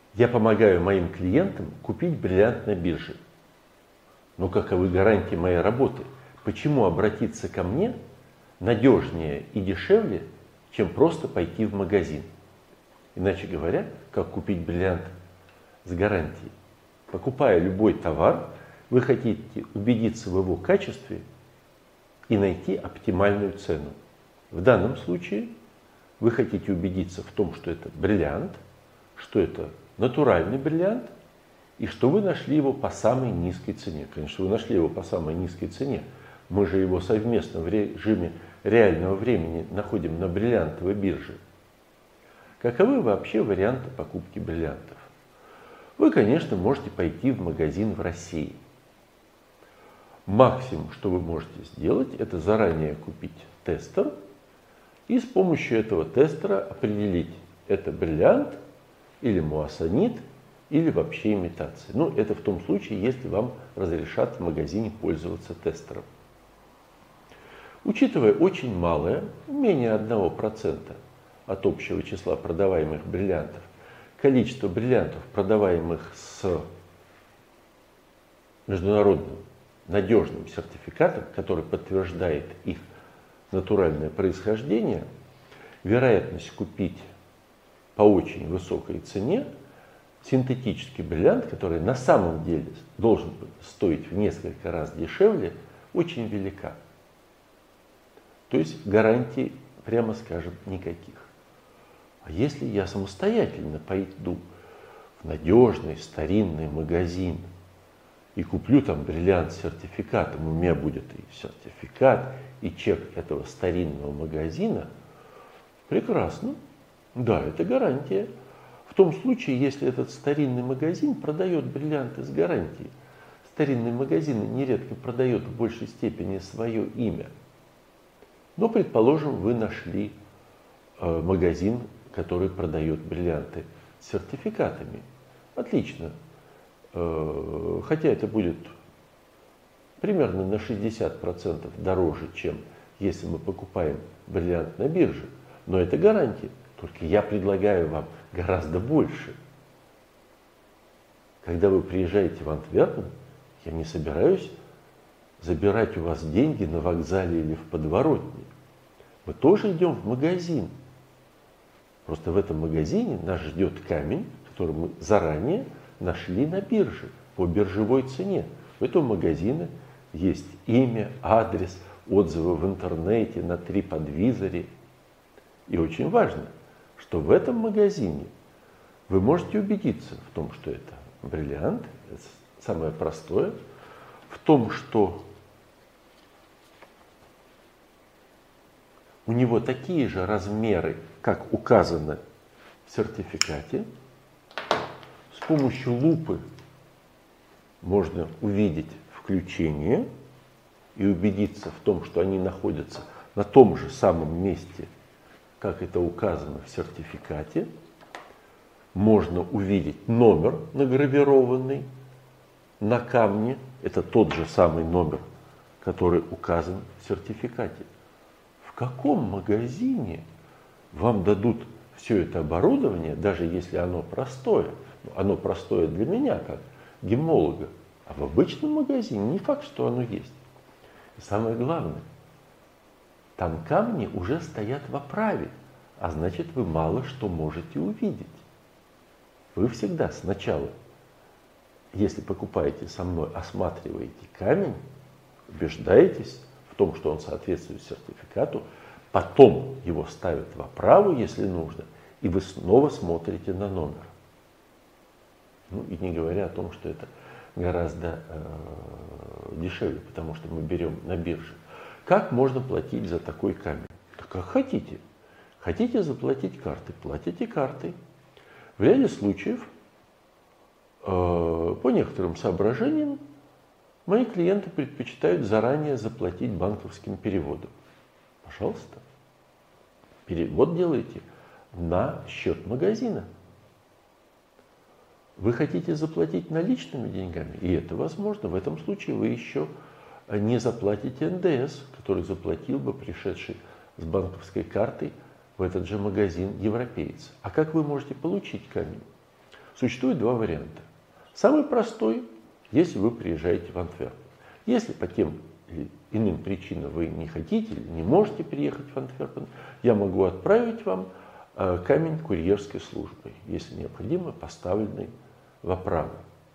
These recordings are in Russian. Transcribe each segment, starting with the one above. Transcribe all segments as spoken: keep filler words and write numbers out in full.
Я помогаю моим клиентам купить бриллиант на бирже. Но каковы гарантии моей работы? Почему обратиться ко мне надежнее и дешевле, чем просто пойти в магазин? Иначе говоря, как купить бриллиант с гарантией? Покупая любой товар, вы хотите убедиться в его качестве и найти оптимальную цену. В данном случае вы хотите убедиться в том, что это бриллиант, что это натуральный бриллиант и что вы нашли его по самой низкой цене. Конечно, вы нашли его по самой низкой цене. Мы же его совместно в режиме реального времени находим на бриллиантовой бирже. Каковы вообще варианты покупки бриллиантов? Вы, конечно, можете пойти в магазин в России. Максимум, что вы можете сделать, это заранее купить тестер и с помощью этого тестера определить, это бриллиант или муассанит, или вообще имитация. Ну, это в том случае, если вам разрешат в магазине пользоваться тестером. Учитывая очень малое, менее одного процента от общего числа продаваемых бриллиантов, количество бриллиантов, продаваемых с международным надежным сертификатом, который подтверждает их натуральное происхождение, вероятность купить по очень высокой цене синтетический бриллиант, который на самом деле должен стоить в несколько раз дешевле, очень велика. То есть гарантий, прямо скажем, никаких. А если я самостоятельно пойду в надежный старинный магазин и куплю там бриллиант с сертификатом, у меня будет и сертификат, и чек этого старинного магазина, прекрасно. Да, это гарантия. В том случае, если этот старинный магазин продает бриллианты с гарантией. Старинный магазин нередко продает в большей степени свое имя. Но, предположим, вы нашли э, магазин, который продает бриллианты с сертификатами. Отлично. Э, хотя это будет примерно на шестьдесят процентов дороже, чем если мы покупаем бриллиант на бирже. Но это гарантия. Только я предлагаю вам гораздо больше. Когда вы приезжаете в Антверпен, я не собираюсь забирать у вас деньги на вокзале или в подворотне. Мы тоже идем в магазин. Просто в этом магазине нас ждет камень, который мы заранее нашли на бирже по биржевой цене. У этого магазина есть имя, адрес, отзывы в интернете, на TripAdvisor. И очень важно, что в этом магазине вы можете убедиться в том, что это бриллиант, это самое простое, в том, что у него такие же размеры, как указано в сертификате. С помощью лупы можно увидеть включение и убедиться в том, что они находятся на том же самом месте, как это указано в сертификате. Можно увидеть номер, награвированный на камне. Это тот же самый номер, который указан в сертификате. В каком магазине вам дадут все это оборудование, даже если оно простое? Оно простое для меня, как гемолога. А в обычном магазине не факт, что оно есть. И самое главное, там камни уже стоят в оправе, а значит, вы мало что можете увидеть. Вы всегда сначала, если покупаете со мной, осматриваете камень, убеждаетесь в том, что он соответствует сертификату, потом его ставят в оправу, если нужно, и вы снова смотрите на номер. Ну и не говоря о том, что это гораздо э, дешевле, потому что мы берем на бирже. Как можно платить за такой камень? Да как хотите. Хотите заплатить картой, платите картой. В ряде случаев, э, по некоторым соображениям, мои клиенты предпочитают заранее заплатить банковским переводом. Пожалуйста, перевод делайте на счет магазина. Вы хотите заплатить наличными деньгами, и это возможно. В этом случае вы еще не заплатите эн дэ эс, который заплатил бы пришедший с банковской картой в этот же магазин европеец. А как вы можете получить камень? Существует два варианта. Самый простой, если вы приезжаете в Антверпен. Если по тем или иным причинам вы не хотите или не можете приехать в Антверпен, я могу отправить вам камень курьерской службы, если необходимо, поставленный в оправу.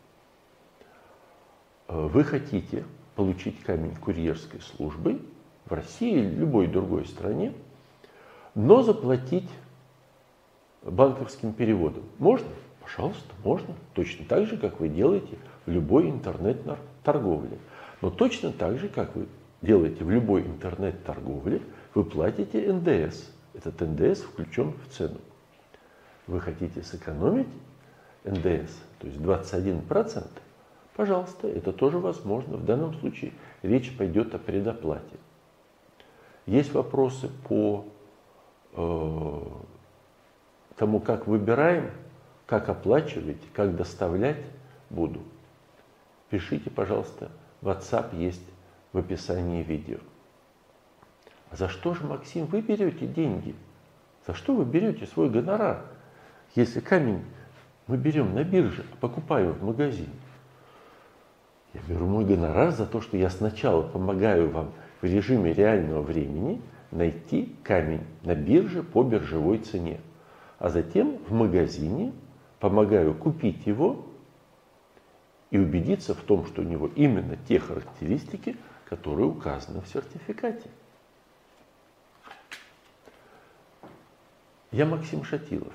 Вы хотите получить камень курьерской службы в России или любой другой стране, но заплатить банковским переводом. Можно? Пожалуйста, можно. Точно так же, как вы делаете в любой интернет-торговле. Но точно так же, как вы делаете в любой интернет-торговле, вы платите эн дэ эс. Этот эн дэ эс включен в цену. Вы хотите сэкономить эн дэ эс, то есть двадцать один процент, пожалуйста, это тоже возможно. В данном случае речь пойдет о предоплате. Есть вопросы по э, тому, как выбираем, как оплачивать, как доставлять буду. Пишите, пожалуйста, WhatsApp есть в описании видео. А за что же, Максим, вы берете деньги? За что вы берете свой гонорар? Если камень мы берем на бирже, а покупаем в магазине. Я беру мой гонорар за то, что я сначала помогаю вам в режиме реального времени найти камень на бирже по биржевой цене. А затем в магазине помогаю купить его и убедиться в том, что у него именно те характеристики, которые указаны в сертификате. Я Максим Шатилов.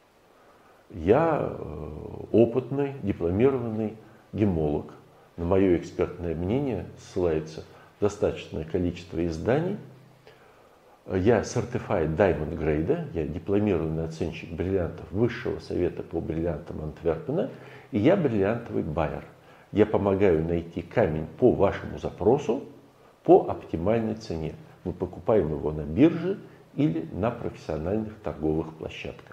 Я опытный, дипломированный гемолог. На мое экспертное мнение ссылается достаточное количество изданий. Я Certified Diamond Grade, я дипломированный оценщик бриллиантов Высшего совета по бриллиантам Антверпена, и я бриллиантовый байер. Я помогаю найти камень по вашему запросу по оптимальной цене. Мы покупаем его на бирже или на профессиональных торговых площадках.